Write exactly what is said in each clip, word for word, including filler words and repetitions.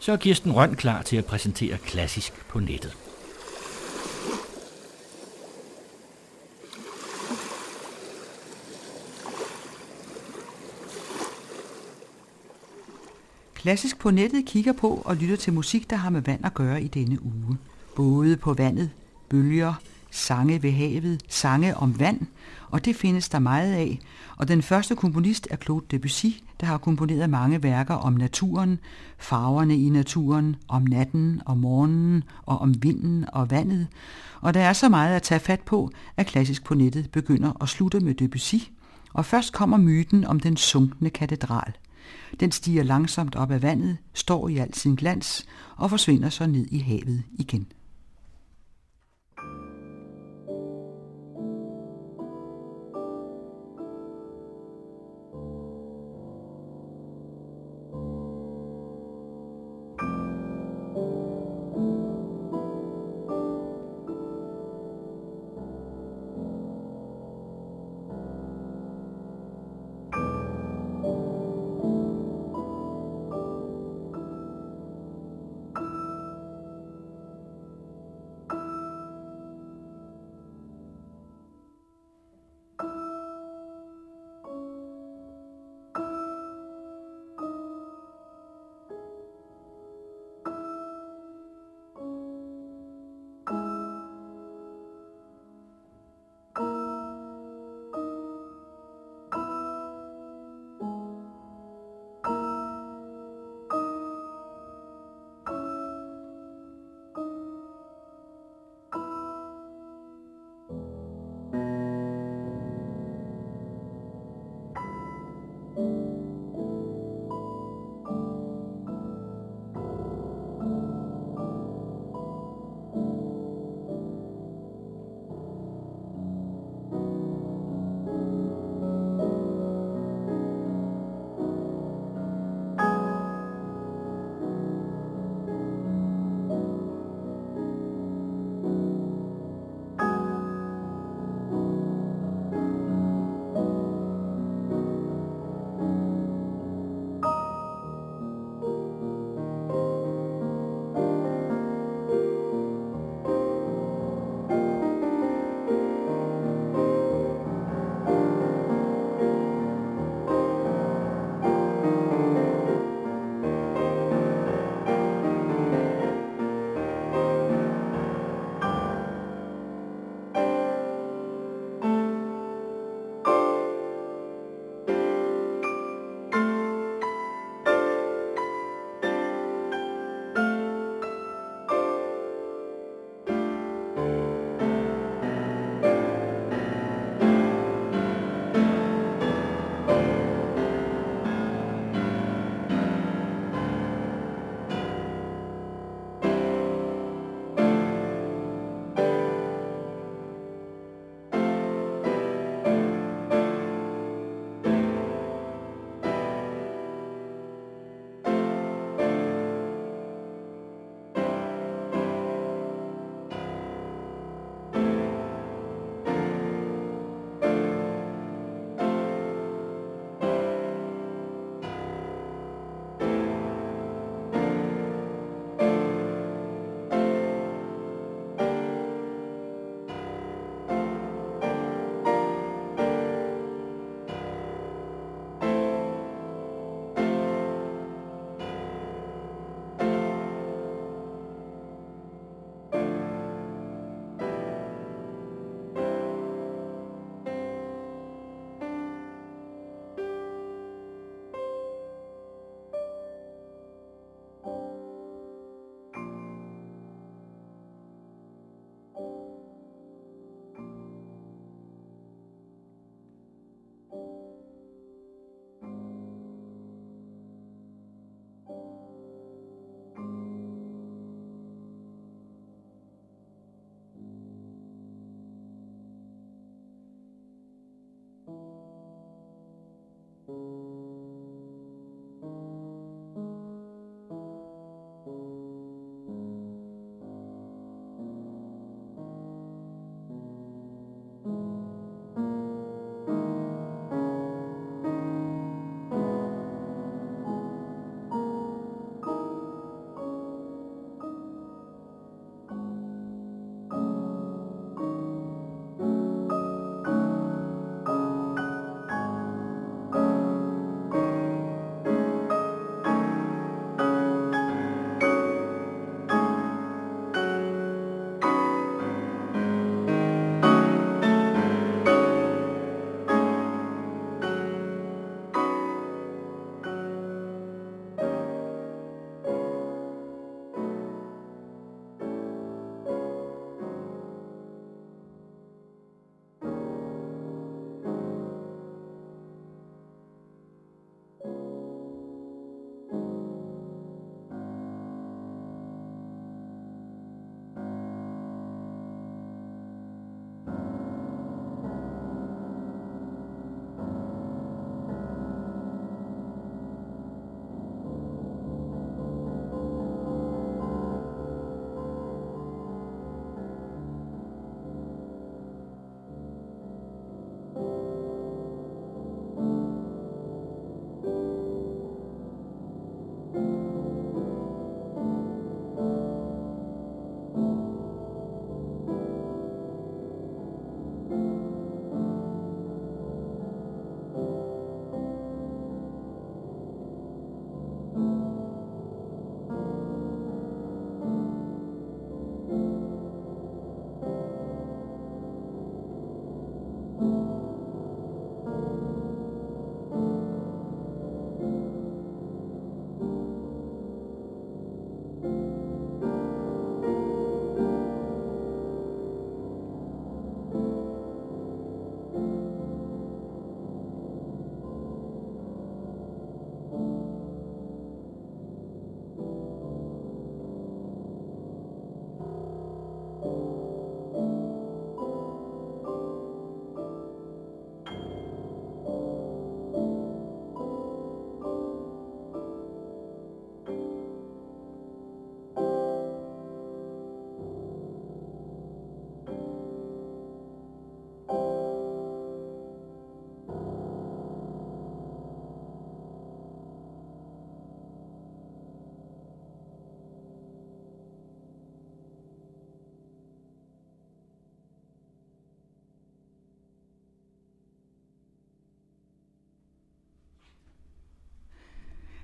så er Kirsten Rønn klar til at præsentere Klassisk på nettet. Klassisk på nettet kigger på og lytter til musik, der har med vand at gøre i denne uge. Både på vandet, bølger, sange ved havet, sange om vand, og det findes der meget af. Og den første komponist er Claude Debussy, der har komponeret mange værker om naturen, farverne i naturen, om natten og morgenen og om vinden og vandet. Og der er så meget at tage fat på, at Klassisk på nettet begynder at slutte med Debussy. Og først kommer myten om den sunkne katedral. Den stiger langsomt op af vandet, står i al sin glans og forsvinder så ned i havet igen.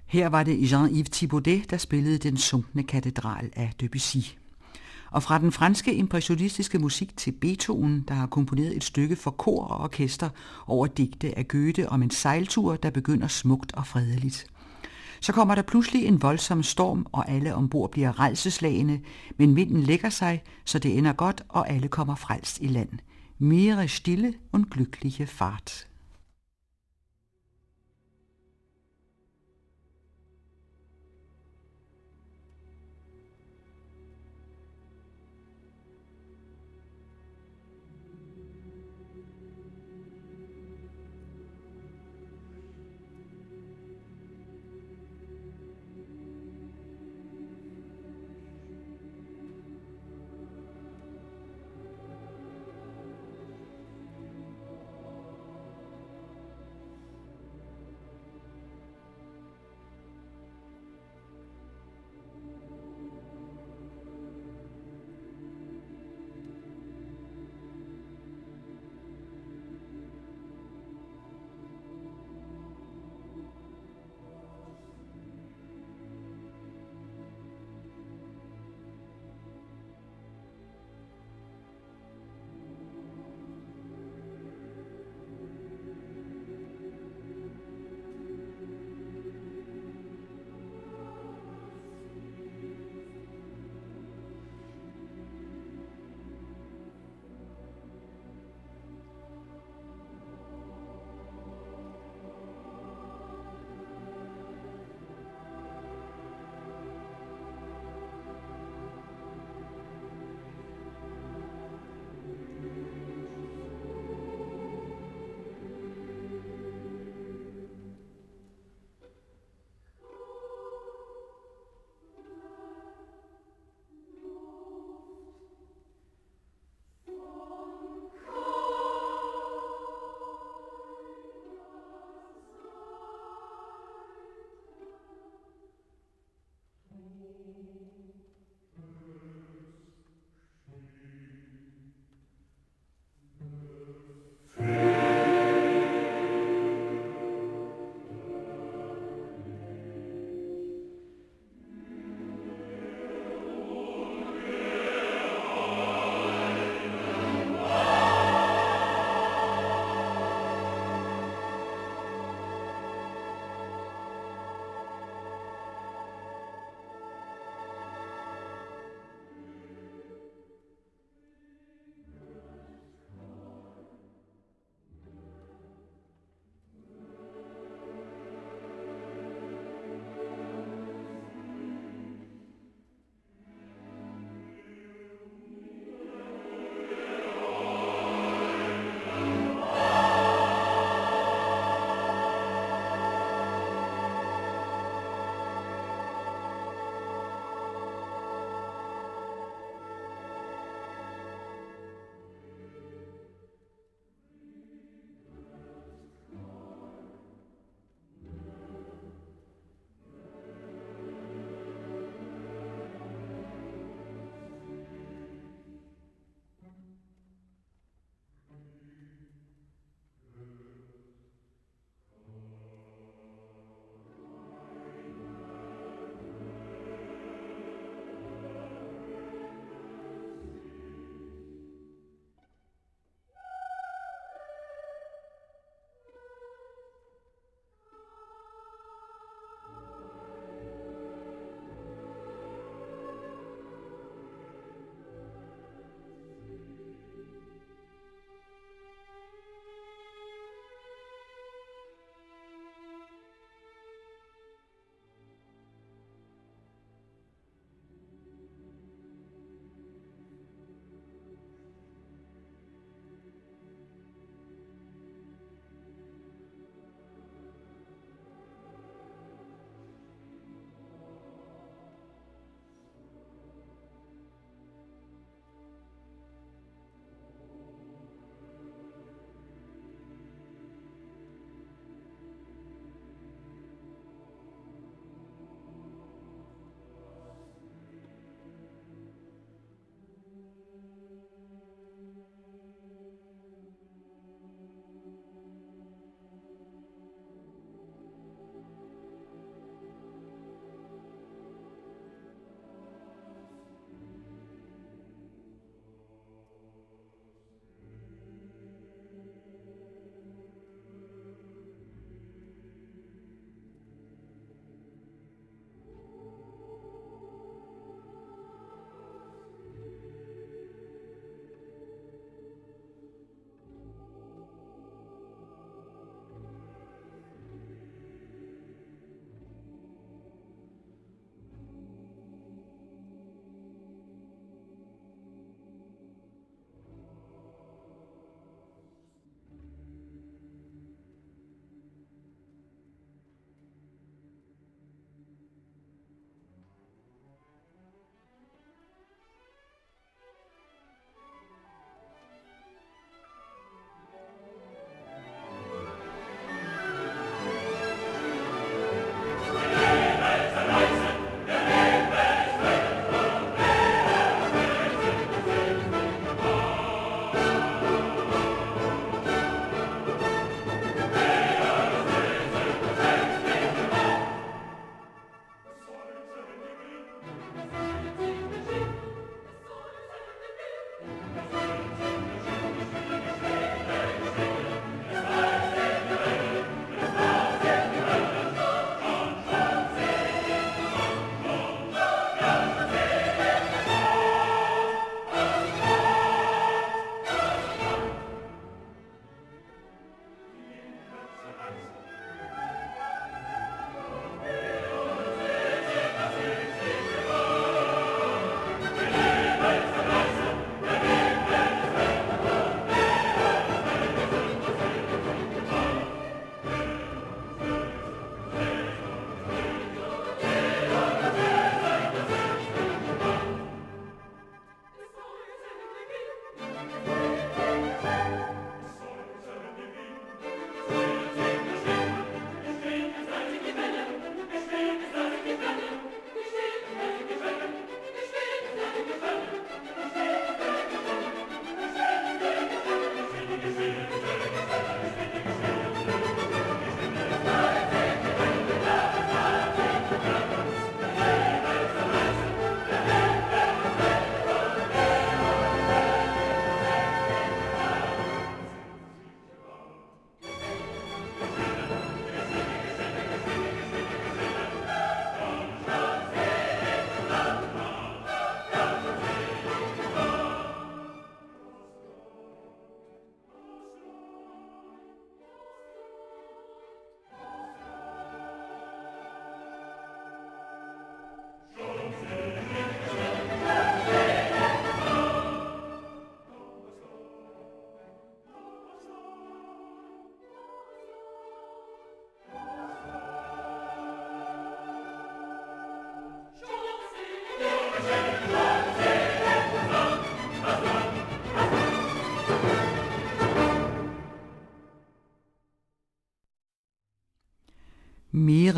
Her var det Jean-Yves Thibaudet, der spillede Den sunkne katedral af Debussy. Og fra den franske impressionistiske musik til Beethoven, der har komponeret et stykke for kor og orkester over digte af Goethe om en sejltur, der begynder smukt og fredeligt. Så kommer der pludselig en voldsom storm, og alle ombord bliver rædselsslagne, men vinden lægger sig, så det ender godt, og alle kommer frelst i land. Mere stille und glückliche Fahrt.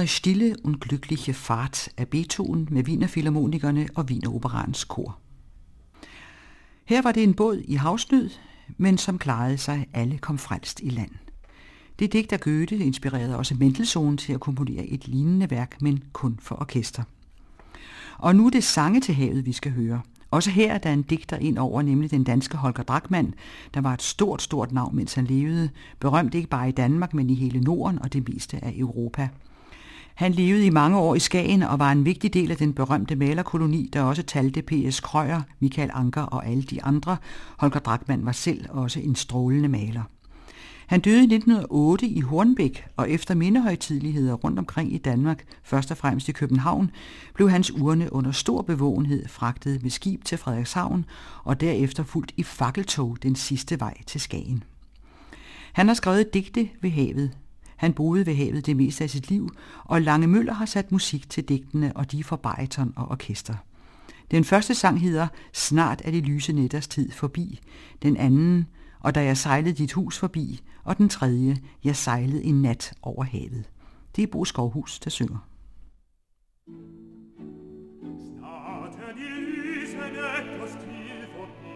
Ihre stille und glückliche Fahrt af Beethoven med Wienerfilharmonikerne og Wieneroperaens kor. Her var det en båd i havsnød, men som klarede sig, alle kom frelst i land. Det digt af Goethe inspirerede også Mendelssohn til at komponere et lignende værk, men kun for orkester. Og nu er det Sange til havet, vi skal høre. Også her er der en digter ind over, nemlig den danske Holger Drachmann, der var et stort, stort navn, mens han levede. Berømt ikke bare i Danmark, men i hele Norden og det meste af Europa. Han levede i mange år i Skagen og var en vigtig del af den berømte malerkoloni, der også talte P S Krøyer, Michael Ancher og alle de andre. Holger Drachmann var selv også en strålende maler. Han døde i nitten hundrede og otte i Hornbæk, og efter mindehøjtideligheder rundt omkring i Danmark, først og fremmest i København, blev hans urne under stor bevågenhed fragtet med skib til Frederikshavn og derefter fulgt i fakkeltog den sidste vej til Skagen. Han har skrevet digte ved havet. Han boede ved havet det meste af sit liv, og Lange Møller har sat musik til digtene, og de er for bariton og orkester. Den første sang hedder Snart er de lyse nætters tid forbi, den anden Og da jeg sejlede dit hus forbi, og den tredje Jeg sejlede en nat over havet. Det er Bo Skovhus, der synger. Snart er de lyse nætters tid forbi,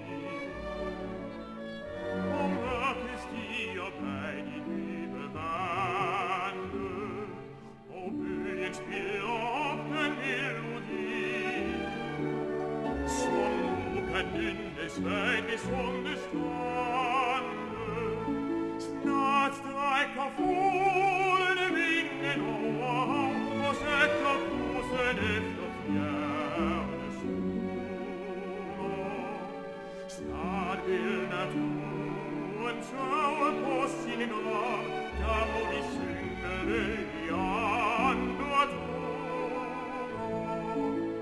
og mørke stiger bag de dybe vande, og bølgen spiller op den melodi, som nu kan nynnes ved besungne strande. Snart strækker fuglene vingen over hav, og sætter kursen efter fjerne soler. Snart vil naturen sørge på sin grav, der må vi synge det i andre toner.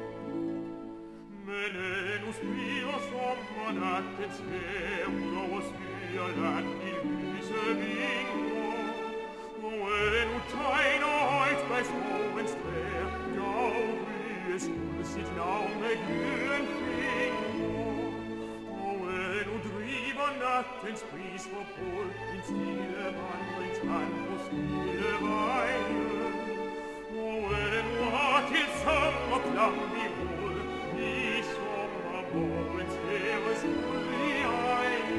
Men endnu spirer sommernattens hævd over skyer land i lyse vinger, og endnu tegner højt bag skovens træer, dagryge skuld sit navn med gylden finger. Og endnu driver nattens bris for båd, en stille vandringsmand på stille veje. Og endnu har til sommerklang vi råd, i sommermorgens hæves skuld i egne.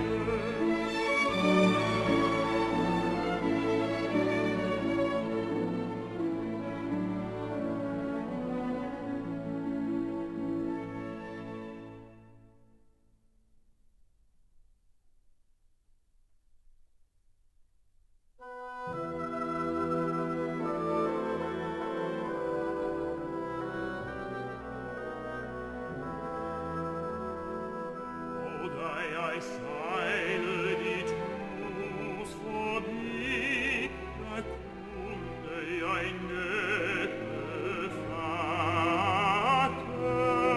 I sejlede dit hus forbi, der kunne jeg næppe fatte,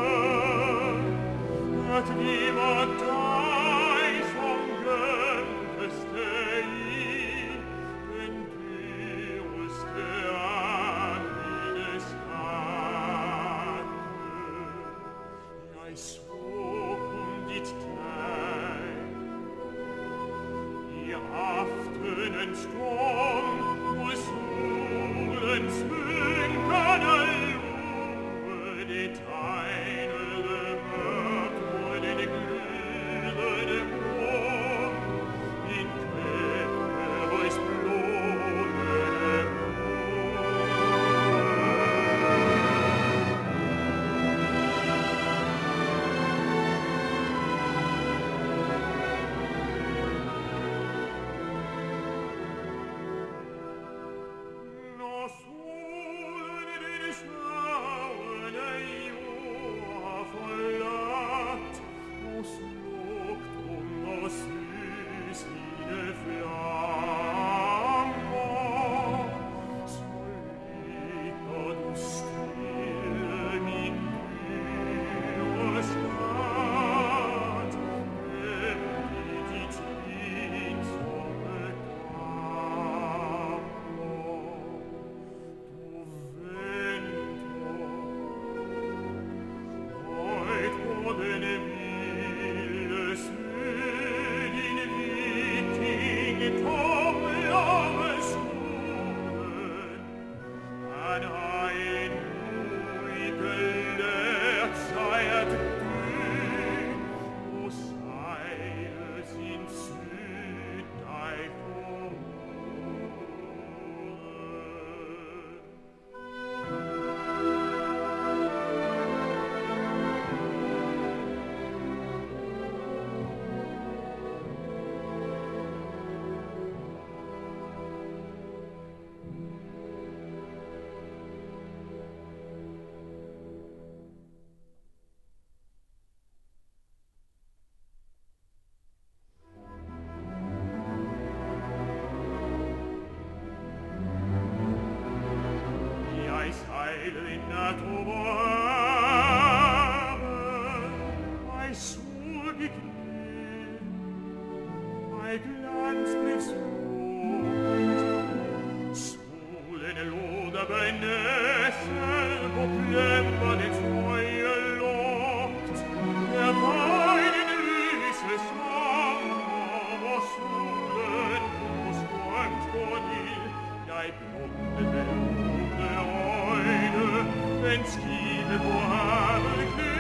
at det var dig, som glemteste i den dyreste af mine skatte. Jeg så kun dit aftenens storm, hvor solens skynkende lue, det tegnede mørkt på den glødende orm, en kvæphøjs blående Når solen i dine snørende jord blev slugt. Solen lå der bag næsen og glemmer dens høje lugt. Der var en lyse sommer, hvor solen på strømt går ned. Jeg blundede med åbne øjne, men skibet på havet gled.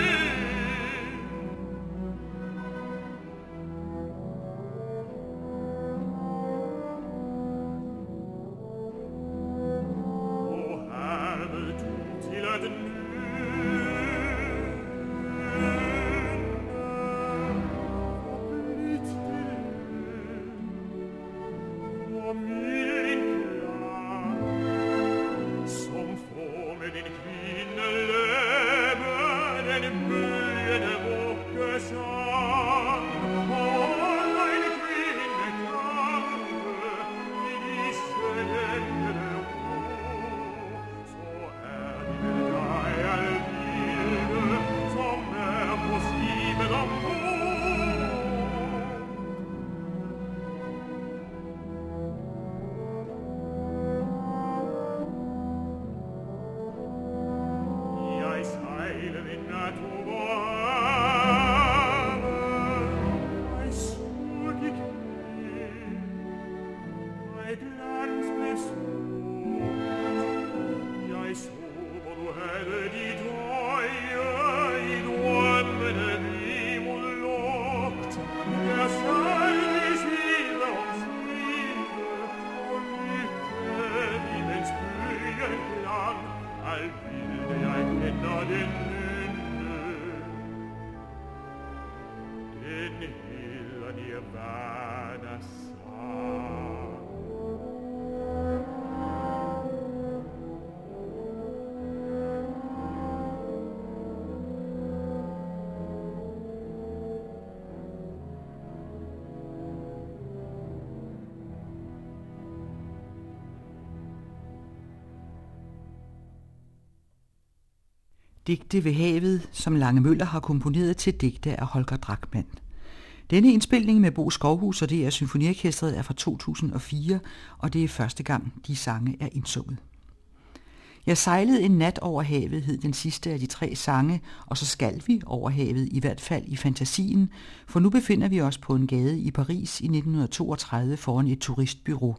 Digte ved havet, som Lange Møller har komponeret til digte af Holger Drachmann. Denne indspilning med Bo Skovhus og D R Symfoniorkestret er fra to tusind og fire, og det er første gang, de sange er indsunget. Jeg sejlede en nat over havet hed den sidste af de tre sange, og så skal vi over havet, i hvert fald i fantasien, for nu befinder vi os på en gade i Paris i nitten toogtredive foran et turistbureau.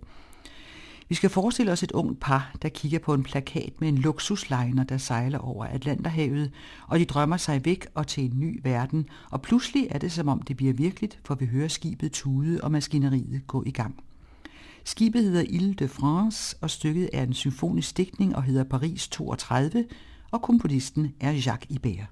Vi skal forestille os et ungt par, der kigger på en plakat med en luksusliner, der sejler over Atlanterhavet, og de drømmer sig væk og til en ny verden, og pludselig er det som om det bliver virkeligt, for vi hører skibet tude og maskineriet gå i gang. Skibet hedder Ile de France, og stykket er en symfonisk digtning og hedder Paris toogtredive, og komponisten er Jacques Ibert.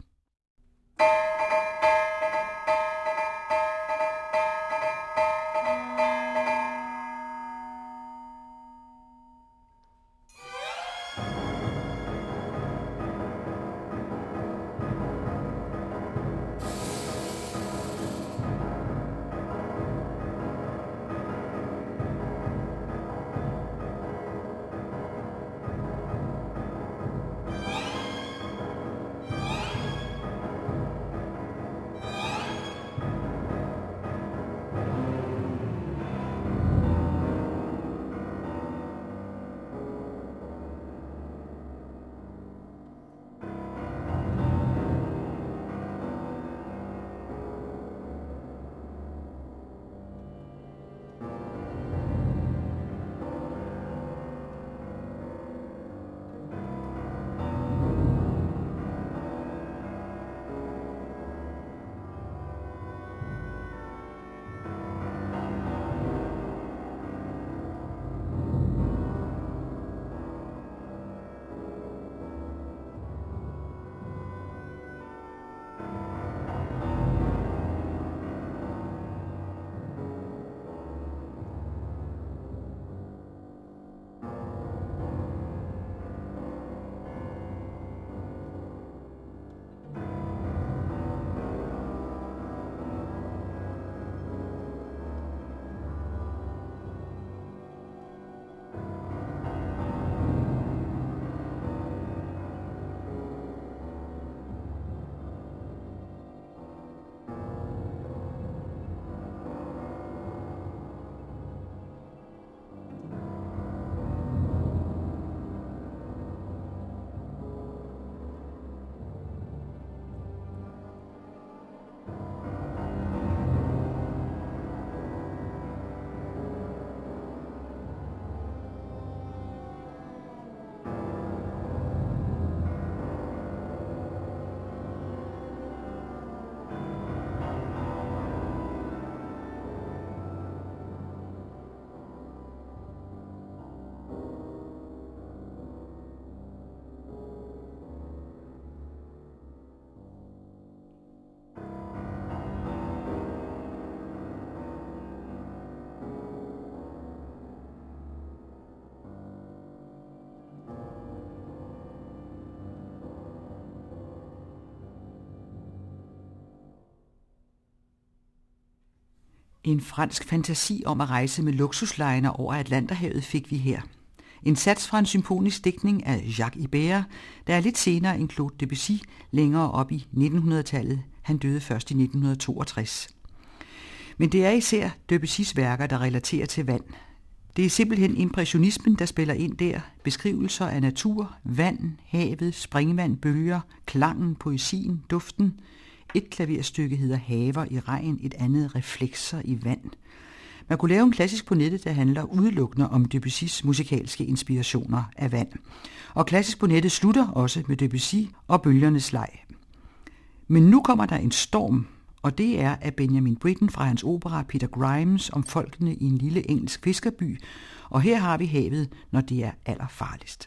En fransk fantasi om at rejse med luksuslejner over Atlanterhavet fik vi her. En sats fra en symfonisk digtning af Jacques Ibert, der er lidt senere end Claude Debussy, længere op i nittenhundredetallet. Han døde først i nitten toogtres. Men det er især Debussys værker, der relaterer til vand. Det er simpelthen impressionismen, der spiller ind der. Beskrivelser af natur, vand, havet, springvand, bølger, klangen, poesien, duften. Et klaverstykke hedder Haver i regn, et andet Reflekser i vand. Man kunne lave en klassisk på nettet, der handler udelukkende om Debussys musikalske inspirationer af vand. Og klassisk på nettet slutter også med Debussy og bølgernes leg. Men nu kommer der en storm, og det er af Benjamin Britten fra hans opera Peter Grimes om folkene i en lille engelsk fiskerby. Og her har vi havet, når det er allerfarligst.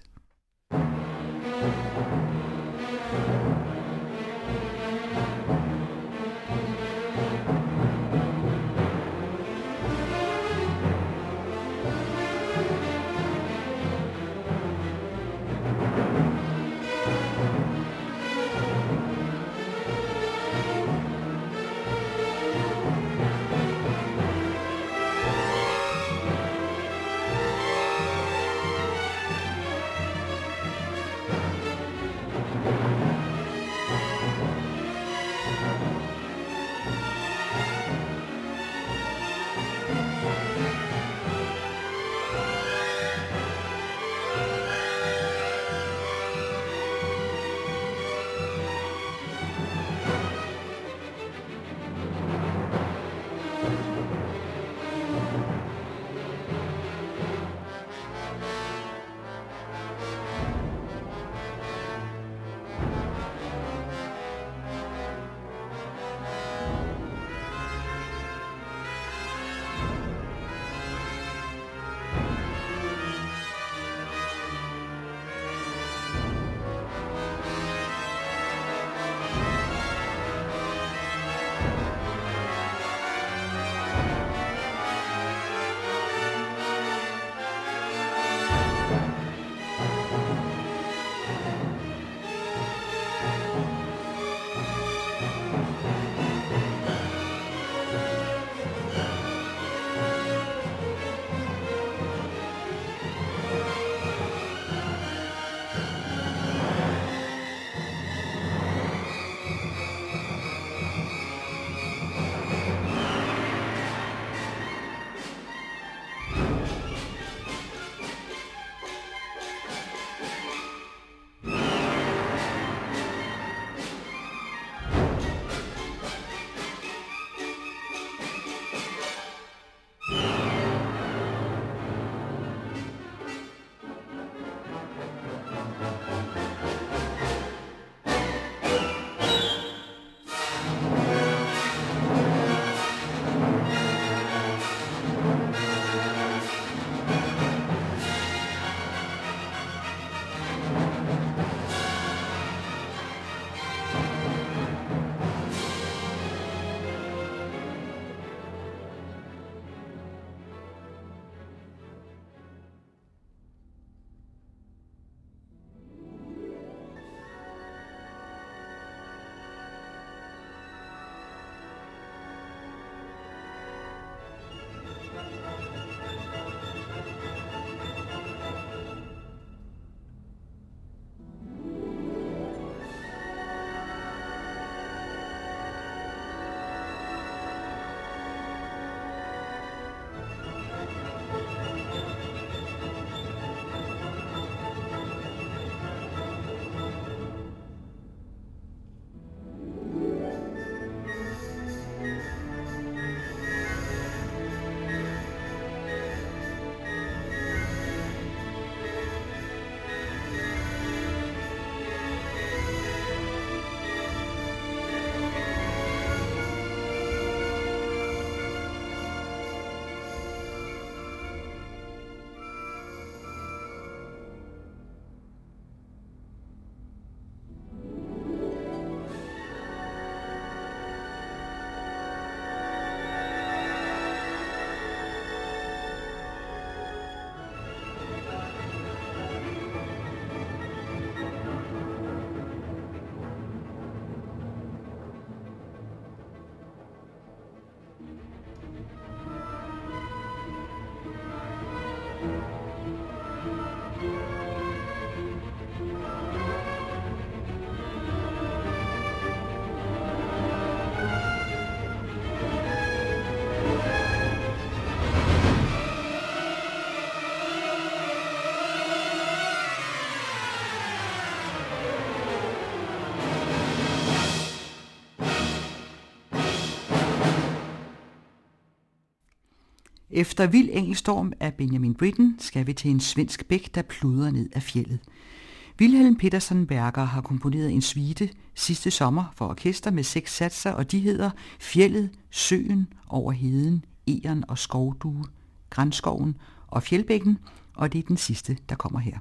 Efter Vild Engelstorm af Benjamin Britten skal vi til en svensk bæk, der pludrer ned af fjeldet. Wilhelm Petersen Berger har komponeret en suite sidste sommer for orkester med seks satser, og de hedder Fjeldet, Søen, Over heden, Egern og Skovdue, Granskoven og Fjeldbækken, og det er den sidste, der kommer her.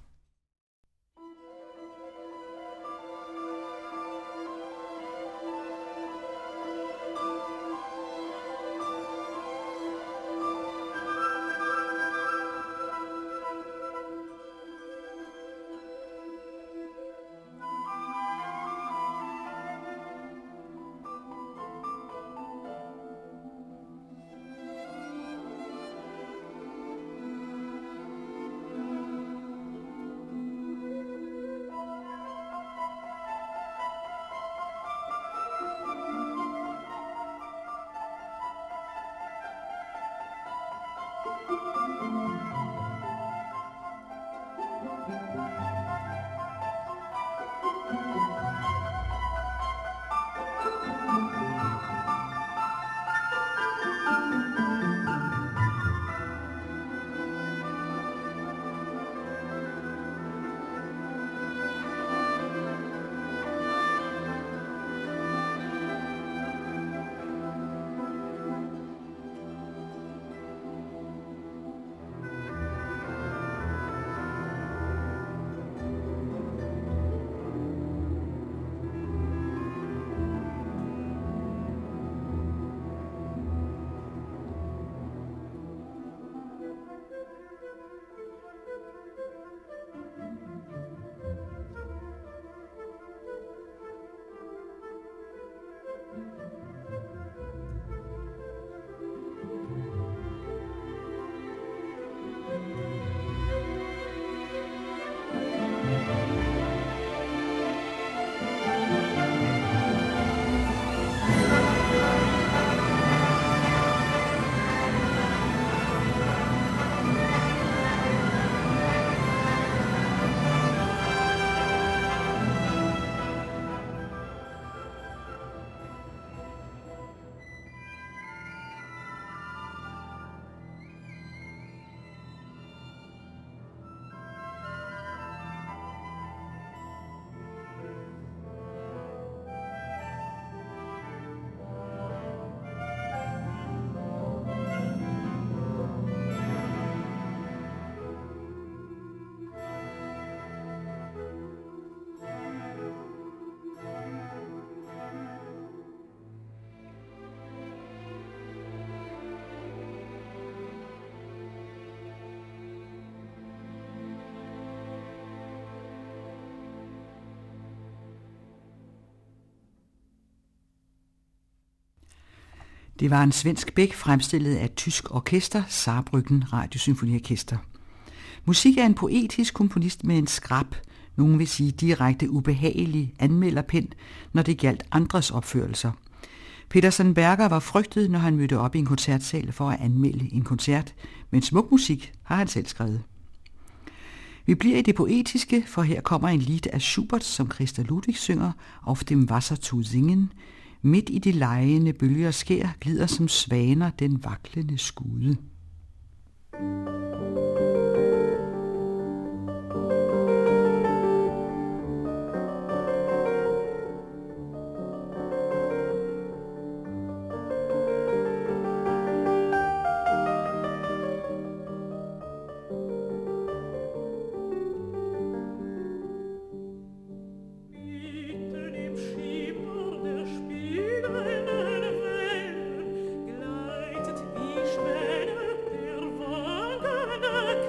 Det var en svensk bæk fremstillet af et tysk orkester, Saarbrücken Radiosymfoniorkester. Musik er en poetisk komponist med en skrap, nogen vil sige direkte ubehagelig anmelderpen, når det gjaldt andres opførelser. Petersen Berger var frygtet, når han mødte op i en koncertsal for at anmelde en koncert, men smuk musik har han selv skrevet. Vi bliver i det poetiske, for her kommer en lied af Schubert, som Christa Ludwig synger, Auf dem Wasser zu singen. Midt i de lejende bølger skær, glider som svaner den vaklende skude. Gleitet wie Schwäne der Wangen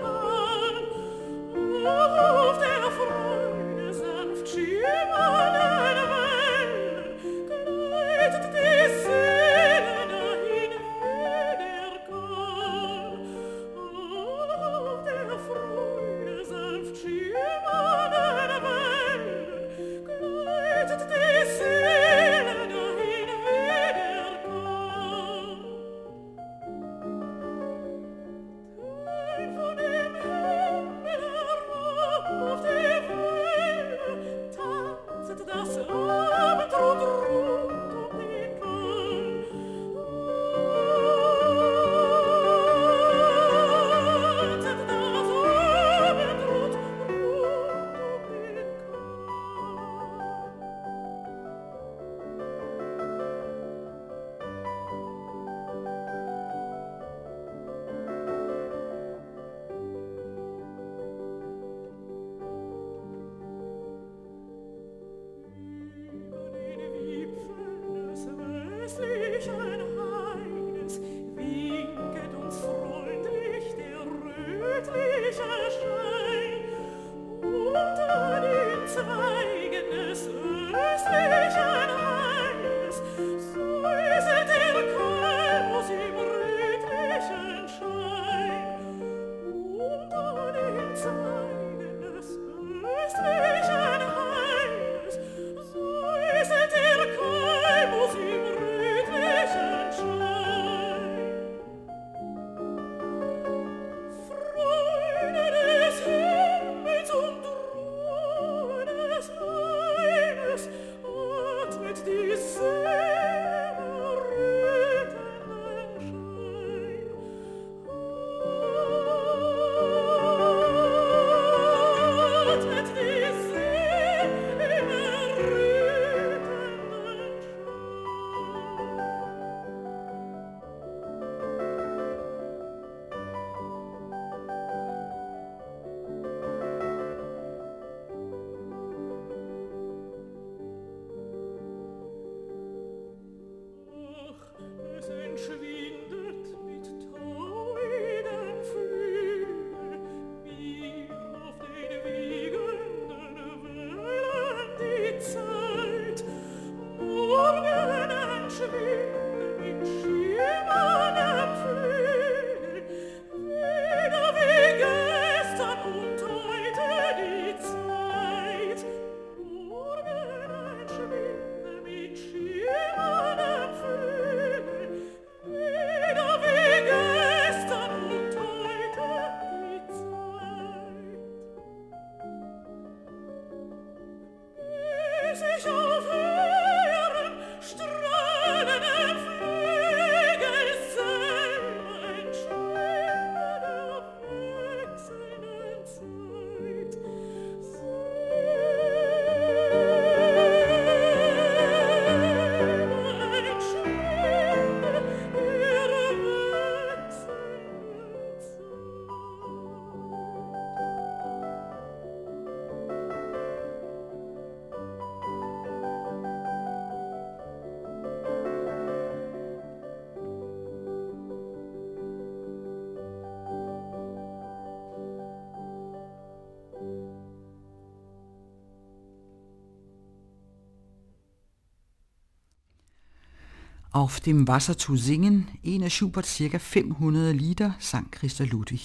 Auf dem Wasser zu singen, en af Schuberts ca. fem hundrede lieder, sang Christa Ludwig.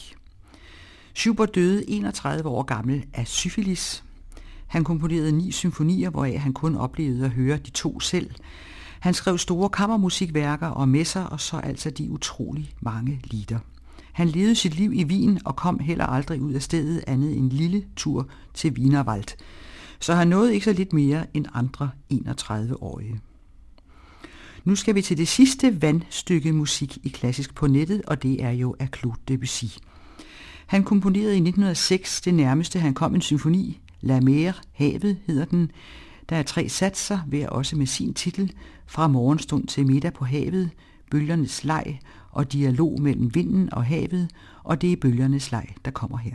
Schubert døde enogtredive år gammel af syfilis. Han komponerede ni symfonier, hvoraf han kun oplevede at høre de to selv. Han skrev store kammermusikværker og messer, og så altså de utrolig mange lieder. Han levede sit liv i Wien og kom heller aldrig ud af stedet andet en lille tur til Wienerwald. Så han nåede ikke så lidt mere end andre enogtredive-årige. Nu skal vi til det sidste vandstykke musik i klassisk på nettet, og det er jo af Claude Debussy. Han komponerede i nitten hundrede og seks det nærmeste, han kom en symfoni, La Mer, havet hedder den. Der er tre satser, hver også med sin titel, fra morgenstund til middag på havet, bølgernes leg og dialog mellem vinden og havet, og det er bølgernes leg, der kommer her.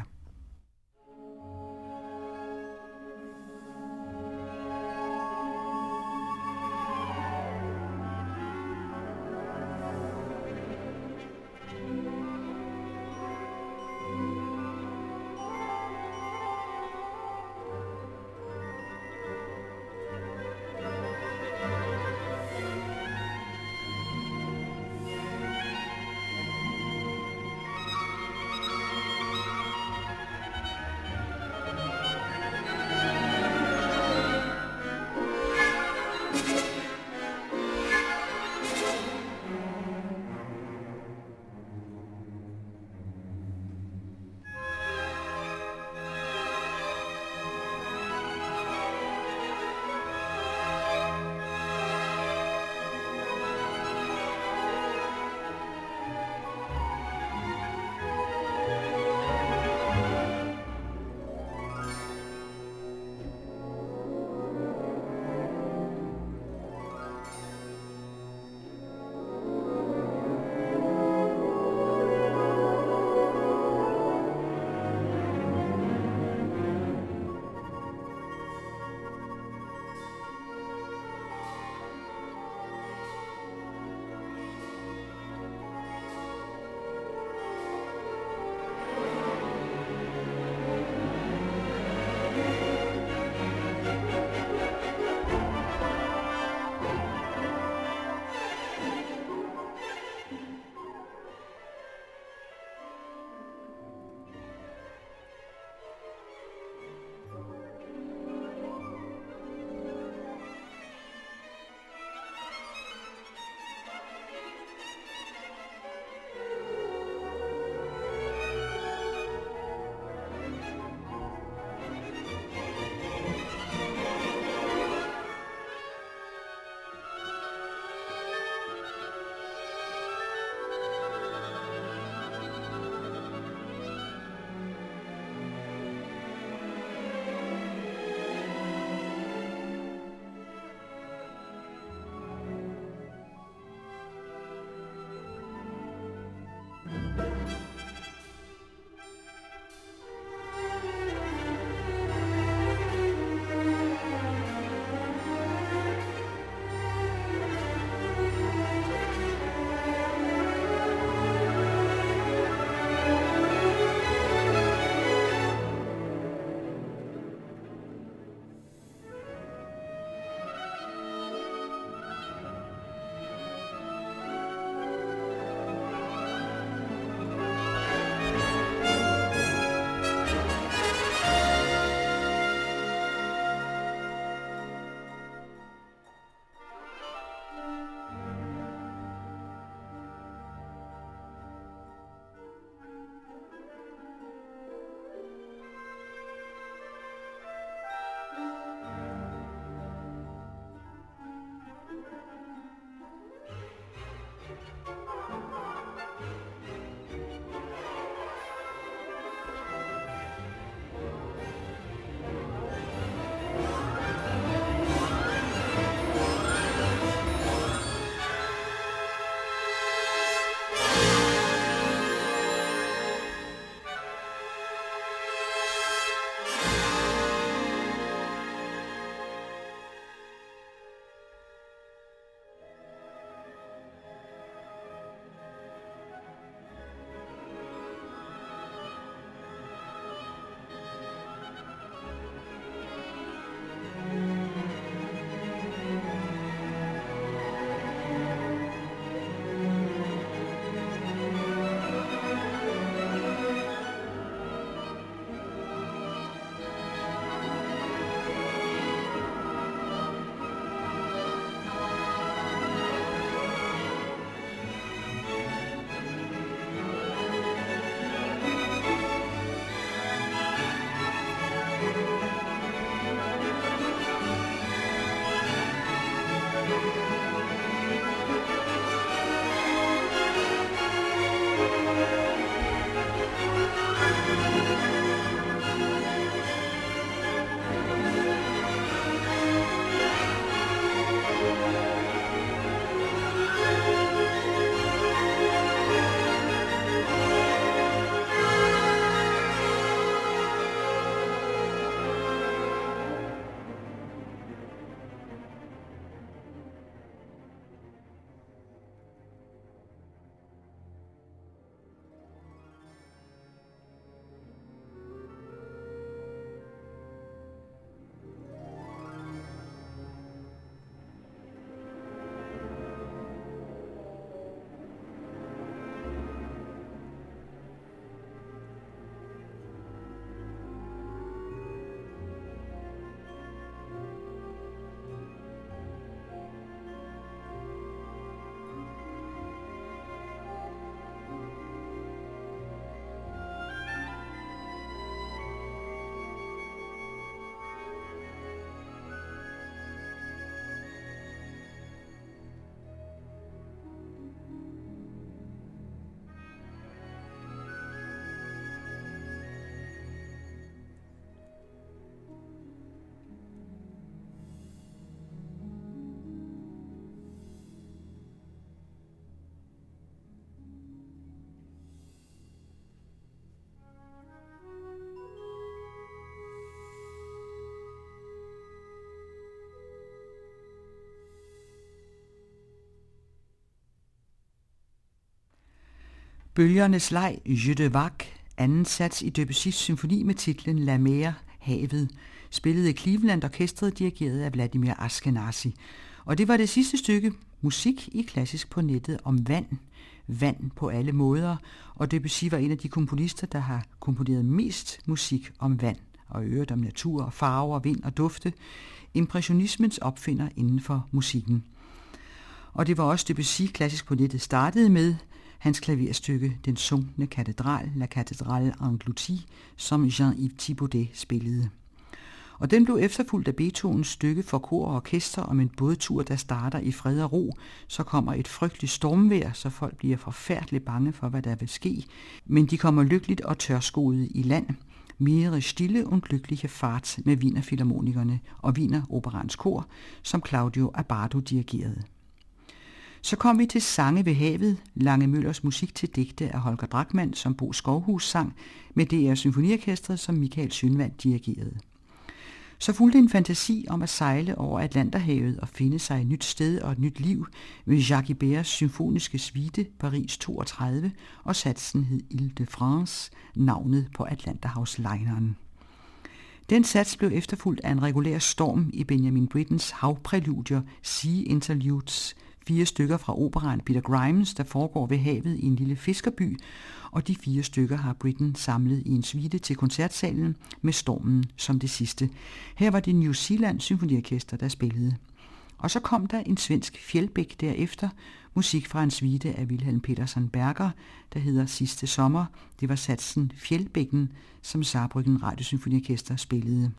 Bølgernes leg, Jeu de Vague, anden sats i Debussys symfoni med titlen La Mer, havet, spillede Cleveland Orkestret dirigeret af Vladimir Ashkenazy. Og det var det sidste stykke musik i Klassisk på nettet om vand. Vand på alle måder, og Debussy var en af de komponister, der har komponeret mest musik om vand, og øvrigt om natur og farver, vind og dufte. Impressionismens opfinder inden for musikken. Og det var også Debussy Klassisk på nettet startede med, hans klaverstykke Den sunkne katedral, La Cathédrale Engloutie, som Jean-Yves Thibaudet spillede. Og den blev efterfulgt af Beethovens stykke for kor og orkester om en bådtur, der starter i fred og ro. Så kommer et frygteligt stormvejr, så folk bliver forfærdeligt bange for, hvad der vil ske. Men de kommer lykkeligt og tørskoede i land. Mere stille und glückliche Fahrt med Wienerfilharmonikerne og Wiener Operans kor, som Claudio Abbado dirigerede. Så kom vi til Sange ved havet, Lange Møllers musik til digte af Holger Drachmann, som Bo Skovhus sang, med D R Symfoniorkestret, som Michael Schønwandt dirigerede. Så fulgte en fantasi om at sejle over Atlanterhavet og finde sig et nyt sted og et nyt liv med Jacques Iberts symfoniske suite Paris toogtredive, og satsen hed Ile de France, navnet på Atlanterhavslineren. Den sats blev efterfulgt af en regulær storm i Benjamin Brittens havpræludier Sea Interludes, fire stykker fra operaen Peter Grimes, der foregår ved havet i en lille fiskerby, og de fire stykker har Britten samlet i en suite til koncertsalen med stormen som det sidste. Her var det New Zealand Symfoniorkester, der spillede. Og så kom der en svensk Fjällbäck derefter, musik fra en suite af Wilhelm Petersen Berger, der hedder Sidste sommer. Det var satsen Fjällbäcken, som Saarbrücken Radiosymfoniorkester spillede.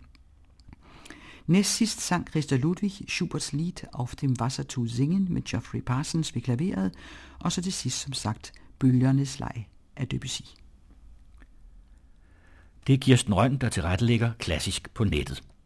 Næst sidst sang Christa Ludwig Schuberts Lied Auf dem Wasser zu singen med Geoffrey Parsons ved klaveret, og så til sidst som sagt Bølgernes leg af Debussy. Det er Kirsten Rønn, der tilrettelægger Klassisk på nettet.